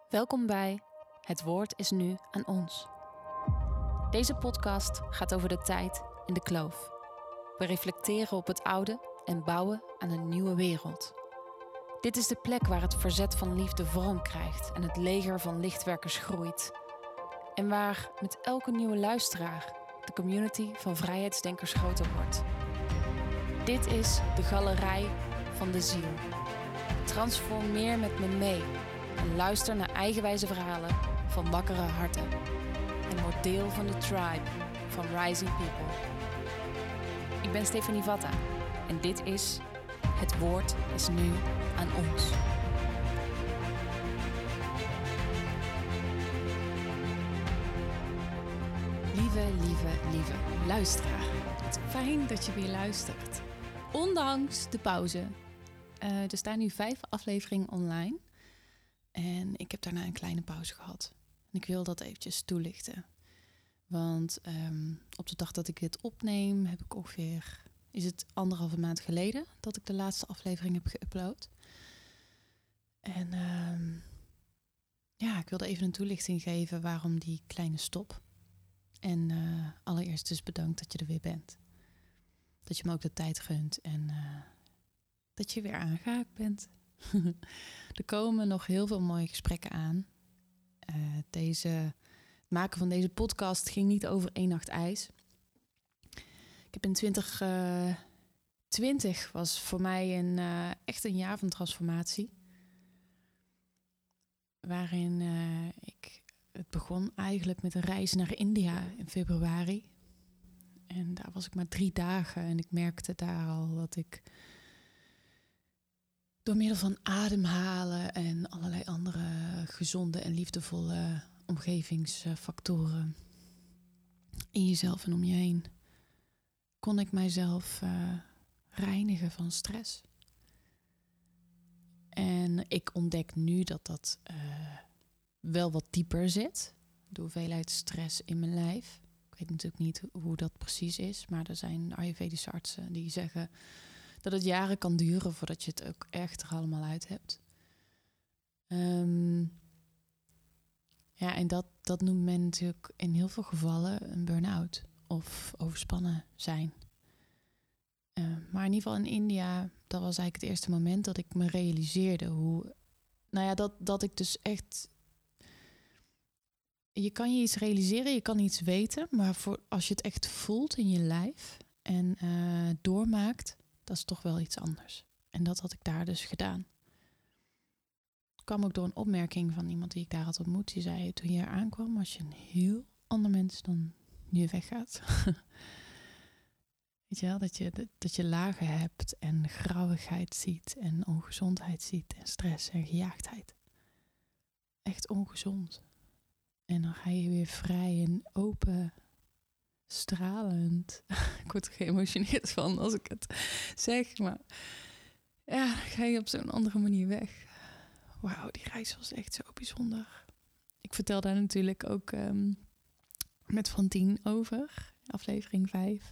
Welkom bij Het Woord is nu aan ons. Deze podcast gaat over de tijd in de kloof. We reflecteren op het oude en bouwen aan een nieuwe wereld. Dit is de plek waar het verzet van liefde vorm krijgt en het leger van lichtwerkers groeit. En waar met elke nieuwe luisteraar de community van vrijheidsdenkers groter wordt. Dit is de galerij van de ziel. Transformeer met me mee en luister naar eigenwijze verhalen van wakkere harten. En word deel van de tribe van Rising People. Ik ben Stefanie Vatta en dit is Het Woord is nu aan ons. Lieve luisteraar. Het is fijn dat je weer luistert. Ondanks de pauze. Er staan nu 5 afleveringen online. En ik heb daarna een kleine pauze gehad. En ik wil dat eventjes toelichten. Want op de dag dat ik dit opneem, heb ik ongeveer... is het 1,5 maand geleden dat ik de laatste aflevering heb geüpload. En ik wilde even een toelichting geven waarom die kleine stop. En allereerst dus bedankt dat je er weer bent. Dat je me ook de tijd gunt en dat je weer aangehaakt bent. Er komen nog heel veel mooie gesprekken aan. Het maken van deze podcast ging niet over 1 nacht ijs. Ik heb in 2020 was voor mij echt een jaar van transformatie. Waarin het begon eigenlijk met een reis naar India in februari. En daar was ik maar 3 dagen en ik merkte daar al dat ik door middel van ademhalen en allerlei andere gezonde en liefdevolle omgevingsfactoren in jezelf en om je heen, kon ik mijzelf reinigen van stress. En ik ontdek nu dat wel wat dieper zit. De hoeveelheid stress in mijn lijf. Ik weet natuurlijk niet hoe dat precies is, maar er zijn Ayurvedische artsen die zeggen dat het jaren kan duren voordat je het ook echt er allemaal uit hebt. En dat noemt men natuurlijk in heel veel gevallen een burn-out of overspannen zijn. Maar in ieder geval in India, dat was eigenlijk het eerste moment dat ik me realiseerde dat ik dus echt... Je kan je iets realiseren, je kan iets weten, maar als je het echt voelt in je lijf en doormaakt, dat is toch wel iets anders. En dat had ik daar dus gedaan. Het kwam ook door een opmerking van iemand die ik daar had ontmoet. Die zei, toen je er aankwam, was je een heel ander mens dan nu je weggaat. Weet je wel, dat je lagen hebt en grauwigheid ziet en ongezondheid ziet en stress en gejaagdheid. Echt ongezond. En dan ga je weer vrij en open, stralend. Ik word er geëmotioneerd van als ik het zeg, maar ja, dan ga je op zo'n andere manier weg. Wauw, die reis was echt zo bijzonder. Ik vertel daar natuurlijk ook met Fantien over, aflevering 5.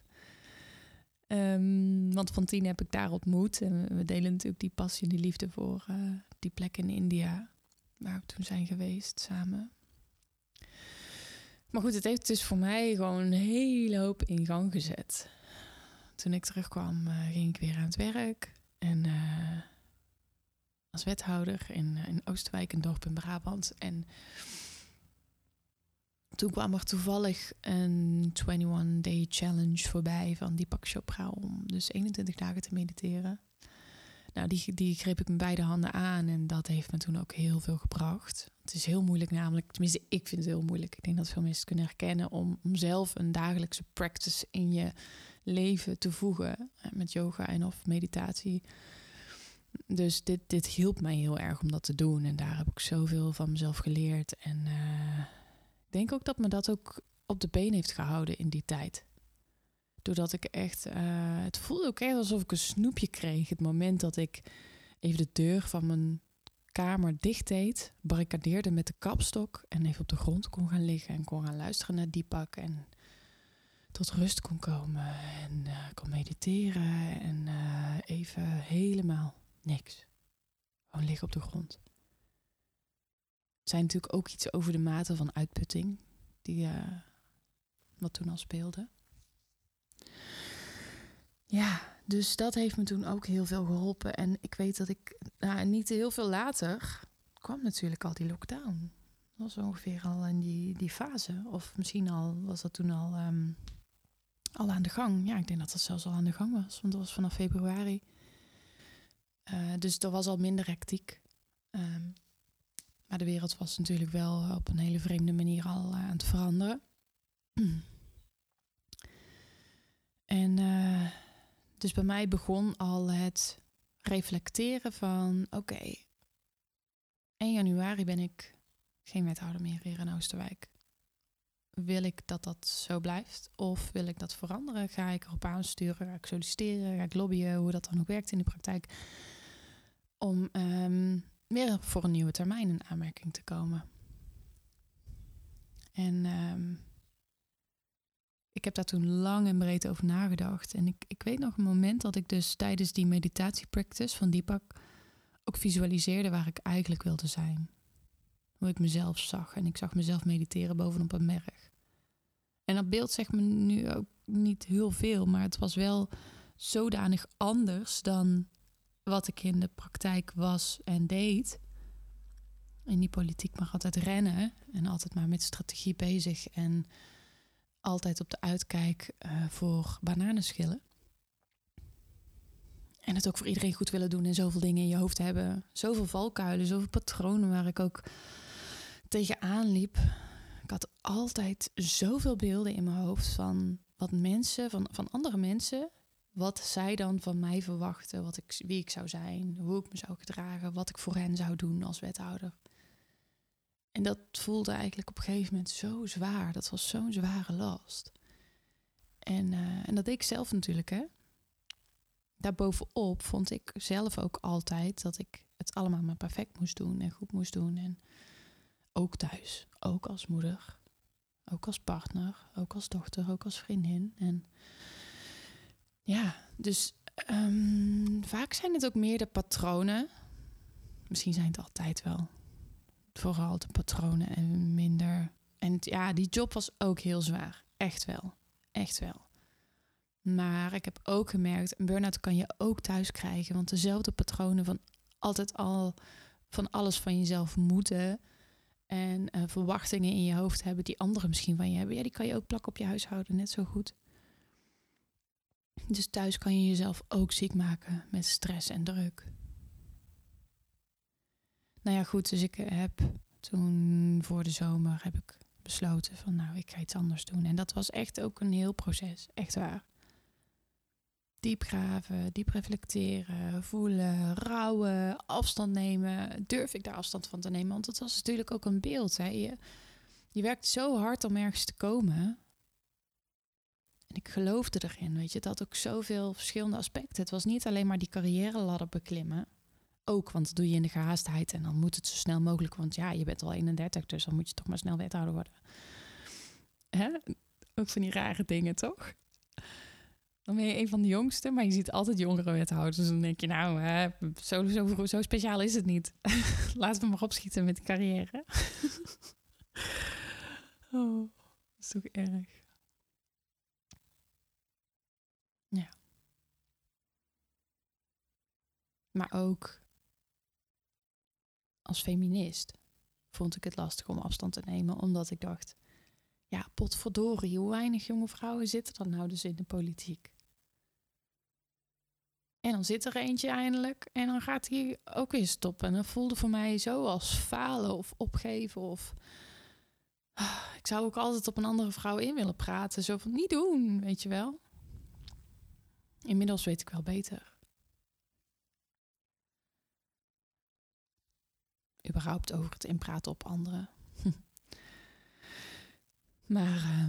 Want Fantien heb ik daar ontmoet. En we delen natuurlijk die passie en die liefde voor die plek in India, waar we toen zijn geweest samen. Maar goed, het heeft dus voor mij gewoon een hele hoop in gang gezet. Toen ik terugkwam, ging ik weer aan het werk. En als wethouder in Oosterwijk, een dorp in Brabant. En toen kwam er toevallig een 21-day challenge voorbij van Deepak Chopra om dus 21 dagen te mediteren. Nou, die greep ik met beide handen aan en dat heeft me toen ook heel veel gebracht. Het is heel moeilijk namelijk, tenminste ik vind het heel moeilijk. Ik denk dat veel mensen het kunnen herkennen om zelf een dagelijkse practice in je leven te voegen. Met yoga en of meditatie. Dus dit hielp mij heel erg om dat te doen. En daar heb ik zoveel van mezelf geleerd. En ik denk ook dat me dat ook op de been heeft gehouden in die tijd. Doordat ik echt... het voelde ook echt alsof ik een snoepje kreeg. Het moment dat ik even de deur van mijn kamer dicht deed, barricadeerde met de kapstok en even op de grond kon gaan liggen en kon gaan luisteren naar Deepak en tot rust kon komen en kon mediteren en even helemaal niks. Gewoon liggen op de grond. zei natuurlijk ook iets over de mate van uitputting die wat toen al speelde. Ja, dus dat heeft me toen ook heel veel geholpen. En ik weet dat ik niet heel veel later kwam natuurlijk al die lockdown. Dat was ongeveer al in die fase. Of misschien was dat toen al aan de gang. Ja, ik denk dat dat zelfs al aan de gang was. Want dat was vanaf februari. Dus dat was al minder hectiek. Maar de wereld was natuurlijk wel op een hele vreemde manier al aan het veranderen. En dus bij mij begon al het reflecteren van... Oké, 1 januari ben ik geen wethouder meer hier in Oosterwijk. Wil ik dat dat zo blijft? Of wil ik dat veranderen? Ga ik erop aansturen? Ga ik solliciteren? Ga ik lobbyen? Hoe dat dan ook werkt in de praktijk. Om weer voor een nieuwe termijn in aanmerking te komen. En ik heb daar toen lang en breed over nagedacht. En ik weet nog een moment dat ik dus tijdens die meditatiepractice van Deepak ook visualiseerde waar ik eigenlijk wilde zijn. Hoe ik mezelf zag. En ik zag mezelf mediteren bovenop een berg. En dat beeld zegt me nu ook niet heel veel. Maar het was wel zodanig anders dan wat ik in de praktijk was en deed. In die politiek mag altijd rennen. En altijd maar met strategie bezig. En altijd op de uitkijk voor bananenschillen. En het ook voor iedereen goed willen doen en zoveel dingen in je hoofd hebben. Zoveel valkuilen, zoveel patronen waar ik ook tegenaan liep. Ik had altijd zoveel beelden in mijn hoofd van wat mensen, van andere mensen, wat zij dan van mij verwachten, wie ik zou zijn, hoe ik me zou gedragen, wat ik voor hen zou doen als wethouder. En dat voelde eigenlijk op een gegeven moment zo zwaar. Dat was zo'n zware last. En dat deed ik zelf natuurlijk, hè. Daarbovenop vond ik zelf ook altijd dat ik het allemaal maar perfect moest doen en goed moest doen. En ook thuis, ook als moeder, ook als partner, ook als dochter, ook als vriendin. En ja, dus vaak zijn het ook meer de patronen. Misschien zijn het altijd wel. Vooral de patronen en minder. En die job was ook heel zwaar. Echt wel. Echt wel. Maar ik heb ook gemerkt, een burn-out kan je ook thuis krijgen. Want dezelfde patronen van altijd al van alles van jezelf moeten. En verwachtingen in je hoofd hebben die anderen misschien van je hebben. Ja, die kan je ook plakken op je huishouden, net zo goed. Dus thuis kan je jezelf ook ziek maken met stress en druk. Nou ja, goed, dus ik heb toen voor de zomer heb ik besloten van ik ga iets anders doen. En dat was echt ook een heel proces, echt waar. Diep graven, diep reflecteren, voelen, rouwen, afstand nemen. Durf ik daar afstand van te nemen? Want dat was natuurlijk ook een beeld. Hè? Je werkt zo hard om ergens te komen. En ik geloofde erin, weet je. Het had ook zoveel verschillende aspecten. Het was niet alleen maar die carrière-ladder beklimmen. Ook, want dat doe je in de gehaastheid. En dan moet het zo snel mogelijk. Want ja, je bent al 31, dus dan moet je toch maar snel wethouder worden. Hè? Ook van die rare dingen, toch? Dan ben je een van de jongsten, maar je ziet altijd jongere wethouders. Dus dan denk je, zo speciaal is het niet. Laten we maar opschieten met de carrière. Oh, dat is toch erg. Ja. Maar ook als feminist vond ik het lastig om afstand te nemen. Omdat ik dacht, ja, potverdorie, hoe weinig jonge vrouwen zitten dan nou dus in de politiek. En dan zit er eentje eindelijk en dan gaat hij ook weer stoppen. En dat voelde voor mij zo als falen of opgeven. Of ik zou ook altijd op een andere vrouw in willen praten. Zo van, niet doen, weet je wel. Inmiddels weet ik wel beter. Überhaupt over het inpraten op anderen. Maar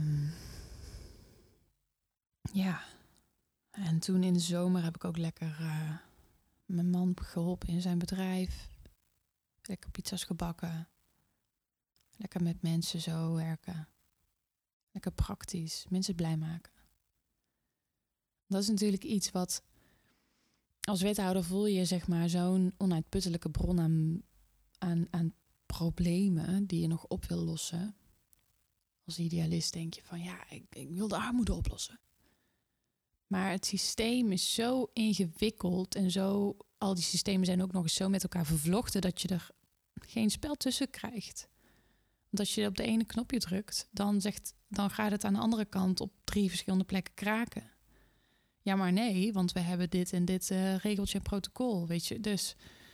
ja. En toen in de zomer heb ik ook lekker mijn man geholpen in zijn bedrijf. Lekker pizza's gebakken. Lekker met mensen zo werken. Lekker praktisch. Mensen blij maken. Dat is natuurlijk iets wat als wethouder voel je zeg maar zo'n onuitputtelijke bron aan problemen die je nog op wil lossen. Als idealist denk je van ja, ik wil de armoede oplossen. Maar het systeem is zo ingewikkeld en al die systemen zijn ook nog eens zo met elkaar vervlochten dat je er geen spel tussen krijgt. Want als je op de ene knopje drukt, dan gaat het aan de andere kant op 3 verschillende plekken kraken. Ja, maar nee, want we hebben dit en dit regeltje en protocol, weet je. Dus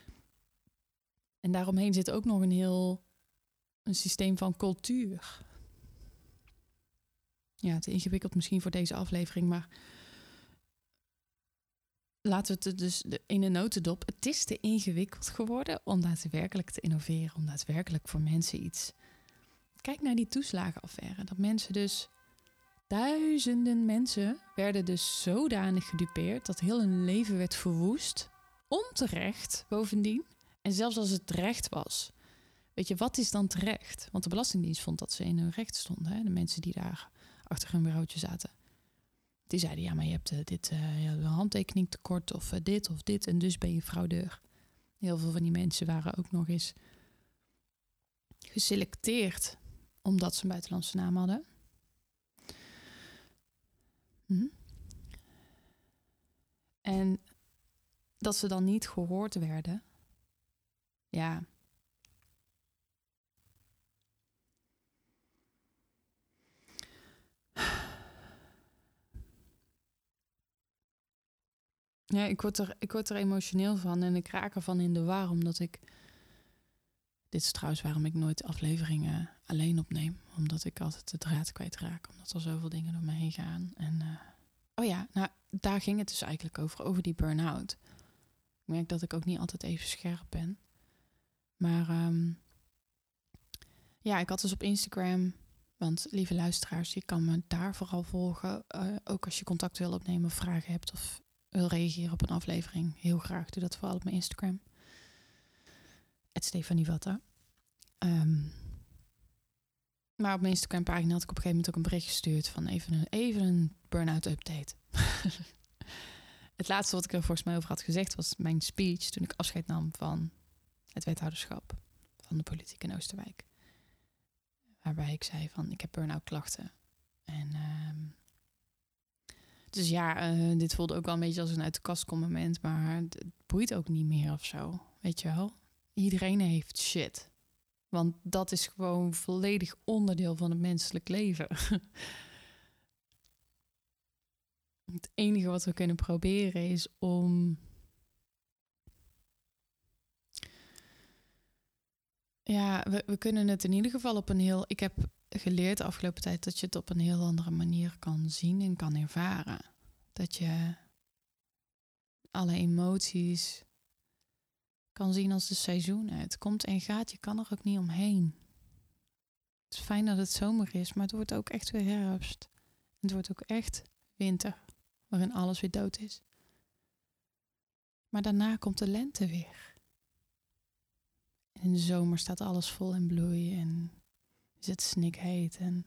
en daaromheen zit ook nog een systeem van cultuur. Ja, te ingewikkeld misschien voor deze aflevering, maar laten we het dus in een notendop. Het is te ingewikkeld geworden om daadwerkelijk te innoveren, om daadwerkelijk voor mensen iets. Kijk naar die toeslagenaffaire, dat mensen dus duizenden mensen werden dus zodanig gedupeerd dat heel hun leven werd verwoest, onterecht bovendien. En zelfs als het terecht was. Weet je, wat is dan terecht? Want de Belastingdienst vond dat ze in hun recht stonden. Hè? De mensen die daar achter hun bureautje zaten. Die zeiden, ja, maar je hebt een handtekening tekort of dit. En dus ben je fraudeur. Heel veel van die mensen waren ook nog eens geselecteerd omdat ze een buitenlandse naam hadden. En dat ze dan niet gehoord werden. Ja. Ja, ik word er emotioneel van en ik raak ervan in de war, omdat ik... Dit is trouwens waarom ik nooit afleveringen alleen opneem. Omdat ik altijd de draad kwijtraak, omdat er zoveel dingen door me heen gaan. En daar ging het dus eigenlijk over die burn-out. Ik merk dat ik ook niet altijd even scherp ben. Maar ik had dus op Instagram... Want lieve luisteraars, je kan me daar vooral volgen. Ook als je contact wil opnemen of vragen hebt of wil reageren op een aflevering. Heel graag, doe dat vooral op mijn Instagram. @StefaniVatta. Maar op mijn Instagram pagina had ik op een gegeven moment ook een bericht gestuurd van even een burn-out update. Het laatste wat ik er volgens mij over had gezegd was mijn speech toen ik afscheid nam van het wethouderschap van de politiek in Oosterwijk. Waarbij ik zei van, ik heb burn-out klachten. En dus dit voelde ook wel een beetje als een uit de kast kom moment. Maar het boeit ook niet meer of zo. Weet je wel? Iedereen heeft shit. Want dat is gewoon volledig onderdeel van het menselijk leven. Het enige wat we kunnen proberen is om... Ja, we kunnen het in ieder geval op een heel... Ik heb geleerd de afgelopen tijd dat je het op een heel andere manier kan zien en kan ervaren. Dat je alle emoties kan zien als de seizoenen. Het komt en gaat, je kan er ook niet omheen. Het is fijn dat het zomer is, maar het wordt ook echt weer herfst. Het wordt ook echt winter, waarin alles weer dood is. Maar daarna komt de lente weer. In de zomer staat alles vol in bloei en is het snikheet en...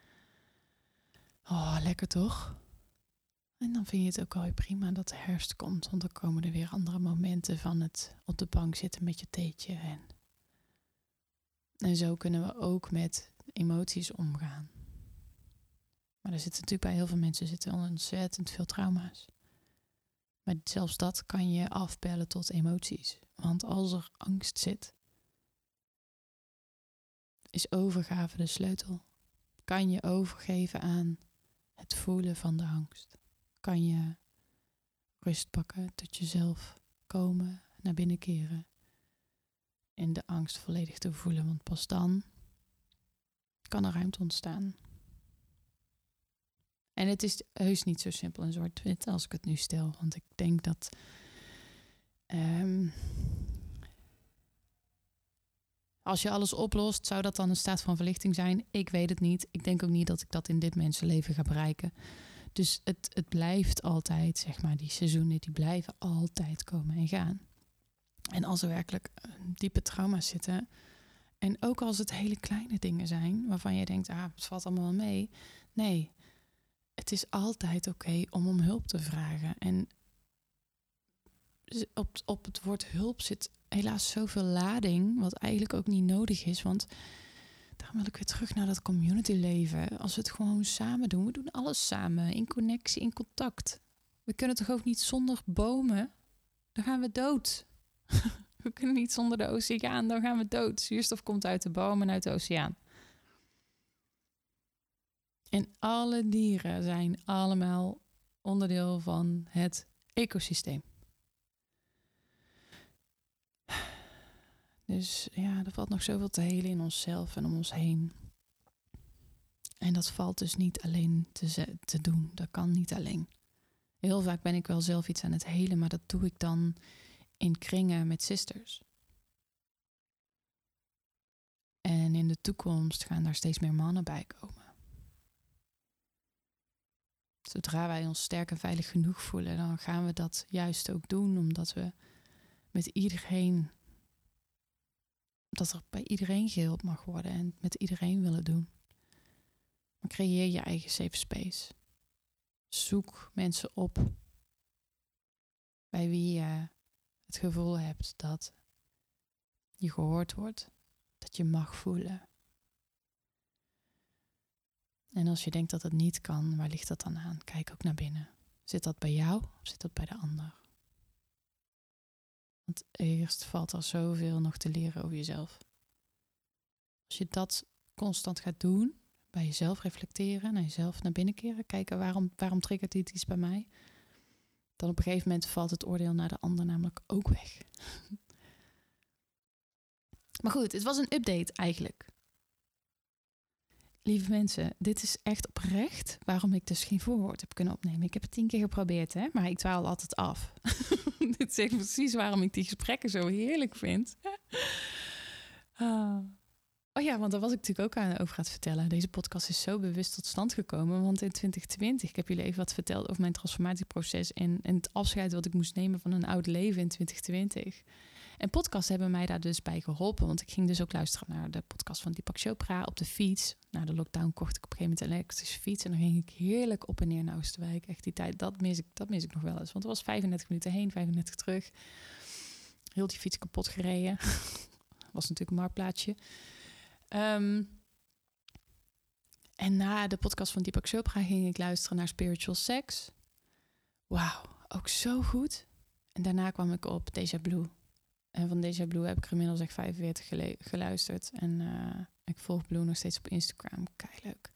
Oh, lekker toch? En dan vind je het ook wel weer prima dat de herfst komt, want dan komen er weer andere momenten van het op de bank zitten met je theetje. En zo kunnen we ook met emoties omgaan. Maar er zitten natuurlijk bij heel veel mensen ontzettend veel trauma's. Maar zelfs dat kan je afbellen tot emoties. Want als er angst zit, is overgave de sleutel. Kan je overgeven aan het voelen van de angst. Kan je rust pakken, tot jezelf komen, naar binnen keren. En de angst volledig te voelen, want pas dan kan er ruimte ontstaan. En het is heus niet zo simpel en zwart-wit als ik het nu stel. Want ik denk dat... als je alles oplost, zou dat dan een staat van verlichting zijn? Ik weet het niet. Ik denk ook niet dat ik dat in dit mensenleven ga bereiken. Dus het blijft altijd, zeg maar, die seizoenen die blijven altijd komen en gaan. En als er werkelijk diepe trauma's zitten... en ook als het hele kleine dingen zijn... waarvan je denkt, het valt allemaal wel mee. Nee, het is altijd oké om hulp te vragen. En op het woord hulp zit helaas zoveel lading, wat eigenlijk ook niet nodig is. Want daarom wil ik weer terug naar dat community leven. Als we het gewoon samen doen. We doen alles samen, in connectie, in contact. We kunnen toch ook niet zonder bomen? Dan gaan we dood. We kunnen niet zonder de oceaan, dan gaan we dood. Zuurstof komt uit de bomen en uit de oceaan. En alle dieren zijn allemaal onderdeel van het ecosysteem. Dus ja, er valt nog zoveel te helen in onszelf en om ons heen. En dat valt dus niet alleen te doen. Dat kan niet alleen. Heel vaak ben ik wel zelf iets aan het helen, maar dat doe ik dan in kringen met sisters. En in de toekomst gaan daar steeds meer mannen bij komen. Zodra wij ons sterk en veilig genoeg voelen, dan gaan we dat juist ook doen. Omdat we met iedereen, dat er bij iedereen geheeld mag worden en met iedereen willen doen. Dan creëer je eigen safe space. Zoek mensen op bij wie je het gevoel hebt dat je gehoord wordt, dat je mag voelen. En als je denkt dat het niet kan, waar ligt dat dan aan? Kijk ook naar binnen. Zit dat bij jou of zit dat bij de ander? Want eerst valt er zoveel nog te leren over jezelf. Als je dat constant gaat doen, bij jezelf reflecteren, naar jezelf naar binnen keren, kijken waarom triggert dit iets bij mij, dan op een gegeven moment valt het oordeel naar de ander namelijk ook weg. Maar goed, het was een update eigenlijk. Lieve mensen, dit is echt oprecht waarom ik dus geen voorwoord heb kunnen opnemen. Ik heb het 10 keer geprobeerd, hè, maar ik dwaal altijd af. Dit zegt precies waarom ik die gesprekken zo heerlijk vind. Oh ja, want daar was ik natuurlijk ook over aan het vertellen. Deze podcast is zo bewust tot stand gekomen. Want in 2020, ik heb jullie even wat verteld over mijn transformatieproces en het afscheid wat ik moest nemen van een oud leven in 2020. En podcasts hebben mij daar dus bij geholpen. Want ik ging dus ook luisteren naar de podcast van Deepak Chopra op de fiets. Na de lockdown kocht ik op een gegeven moment een elektrische fiets. En dan ging ik heerlijk op en neer naar Oosterwijk. Echt die tijd, dat mis ik nog wel eens. Want het was 35 minuten heen, 35 terug. Heel die fiets kapot gereden. Was natuurlijk een marktplaatsje. En na de podcast van Deepak Chopra ging ik luisteren naar Spiritual Sex. Wauw, ook zo goed. En daarna kwam ik op Deja Blue. En van Deja Blue heb ik er inmiddels echt 45 geluisterd. En ik volg Blue nog steeds op Instagram. Keileuk.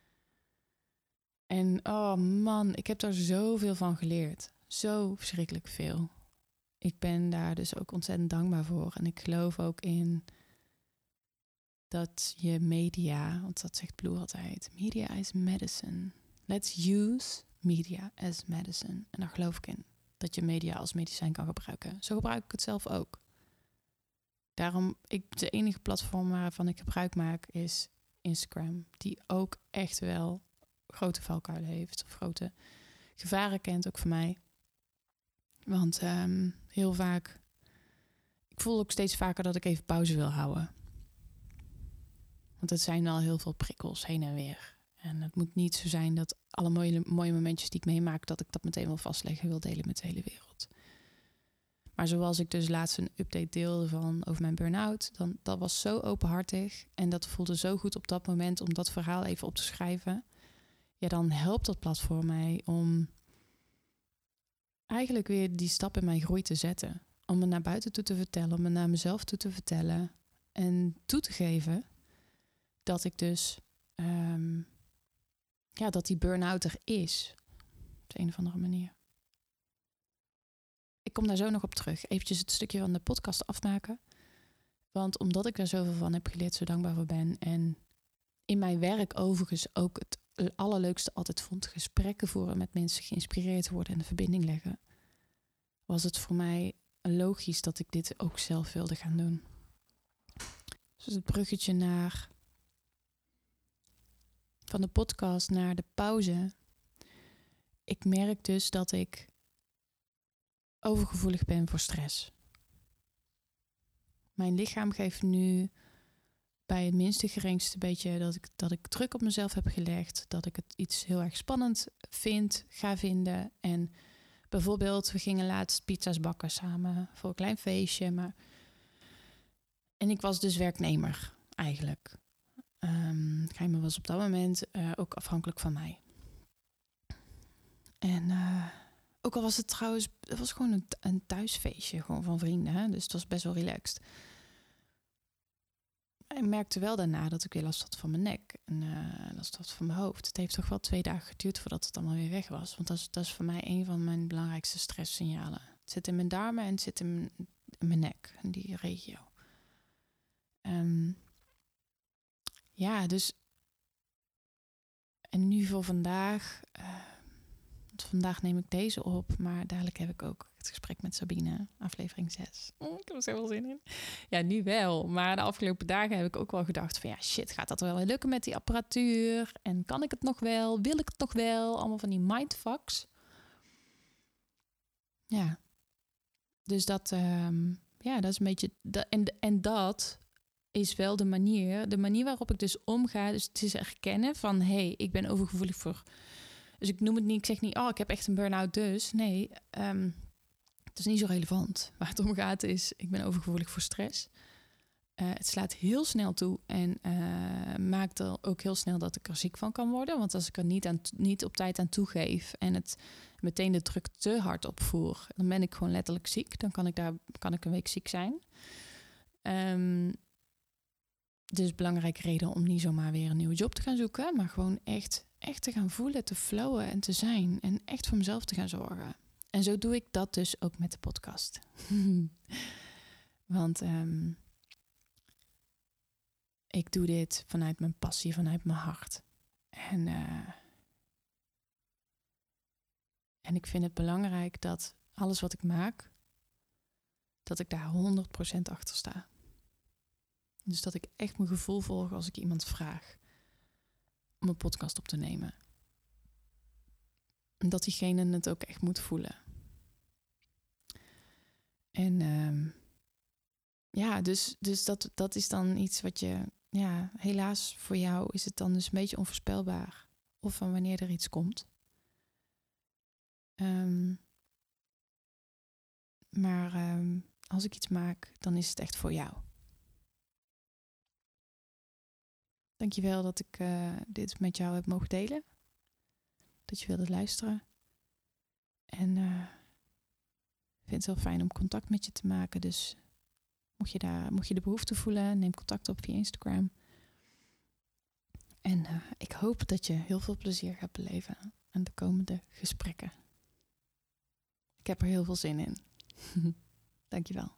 En oh man, ik heb daar zoveel van geleerd. Zo verschrikkelijk veel. Ik ben daar dus ook ontzettend dankbaar voor. En ik geloof ook in dat je media, want dat zegt Blue altijd, media is medicine. Let's use media as medicine. En daar geloof ik in. Dat je media als medicijn kan gebruiken. Zo gebruik ik het zelf ook. Daarom, de enige platform waarvan ik gebruik maak is Instagram. Die ook echt wel grote valkuilen heeft. Of grote gevaren kent, ook voor mij. Want heel vaak, ik voel ook steeds vaker dat ik even pauze wil houden. Want het zijn al heel veel prikkels heen en weer. En het moet niet zo zijn dat alle mooie momentjes die ik meemaak, dat ik dat meteen wil vastleggen en wil delen met de hele wereld. Maar zoals ik dus laatst een update deelde over mijn burn-out, dat was zo openhartig en dat voelde zo goed op dat moment om dat verhaal even op te schrijven. Ja, dan helpt dat platform mij om eigenlijk weer die stap in mijn groei te zetten. Om me naar buiten toe te vertellen, om me naar mezelf toe te vertellen en toe te geven dat ik dus dat die burn-out er is. Op de een of andere manier. Ik kom daar zo nog op terug. Eventjes het stukje van de podcast afmaken. Want omdat ik daar zoveel van heb geleerd, zo dankbaar voor ben. En in mijn werk overigens ook het allerleukste altijd vond. Gesprekken voeren met mensen, geïnspireerd worden en de verbinding leggen. Was het voor mij logisch dat ik dit ook zelf wilde gaan doen. Dus het bruggetje van de podcast naar de pauze. Ik merk dus dat ik overgevoelig ben voor stress. Mijn lichaam geeft nu bij het minste geringste beetje dat ik druk op mezelf heb gelegd. Dat ik het iets heel erg spannend ga vinden. En bijvoorbeeld, we gingen laatst pizza's bakken samen voor een klein feestje. Maar En ik was dus werknemer eigenlijk. Gijmen was op dat moment ook afhankelijk van mij. En ook al was het trouwens, het was gewoon een thuisfeestje gewoon van vrienden. Hè? Dus het was best wel relaxed. Ik merkte wel daarna dat ik weer last had van mijn nek. En last had van mijn hoofd. Het heeft toch wel 2 dagen geduurd voordat het allemaal weer weg was. Want dat is voor mij een van mijn belangrijkste stresssignalen. Het zit in mijn darmen en het zit in mijn nek. In die regio. Ja, dus... En nu voor vandaag... want vandaag neem ik deze op. Maar dadelijk heb ik ook het gesprek met Sabine. Aflevering 6. Ik heb er zoveel zin in. Ja, nu wel. Maar de afgelopen dagen heb ik ook wel gedacht van... Ja, shit, gaat dat wel lukken met die apparatuur? En kan ik het nog wel? Wil ik het nog wel? Allemaal van die mindfucks. Ja. Dus dat... dat is een beetje... En dat is wel de manier waarop ik dus omga. Dus het is erkennen van... Hey, ik ben overgevoelig voor... Dus ik noem het niet, ik zeg niet... Oh, ik heb echt een burn-out dus. Nee, het is niet zo relevant. Waar het om gaat is... Ik ben overgevoelig voor stress. Het slaat heel snel toe. En maakt er ook heel snel dat ik er ziek van kan worden. Want als ik er niet op tijd aan toegeef... en het meteen de druk te hard opvoer... dan ben ik gewoon letterlijk ziek. Dan kan ik een week ziek zijn. Dus belangrijke reden om niet zomaar weer een nieuwe job te gaan zoeken. Maar gewoon echt te gaan voelen, te flowen en te zijn. En echt voor mezelf te gaan zorgen. En zo doe ik dat dus ook met de podcast. Want ik doe dit vanuit mijn passie, vanuit mijn hart. En ik vind het belangrijk dat alles wat ik maak... dat ik daar 100% achter sta. Dus dat ik echt mijn gevoel volg als ik iemand vraag om een podcast op te nemen. En dat diegene het ook echt moet voelen. En dus dat is dan iets wat je... Ja, helaas voor jou is het dan dus een beetje onvoorspelbaar. Of van wanneer er iets komt. Maar als ik iets maak, dan is het echt voor jou. Dankjewel dat ik dit met jou heb mogen delen. Dat je wilde luisteren. En ik vind het heel fijn om contact met je te maken. Dus mocht je de behoefte voelen, neem contact op via Instagram. En ik hoop dat je heel veel plezier gaat beleven aan de komende gesprekken. Ik heb er heel veel zin in. Dankjewel.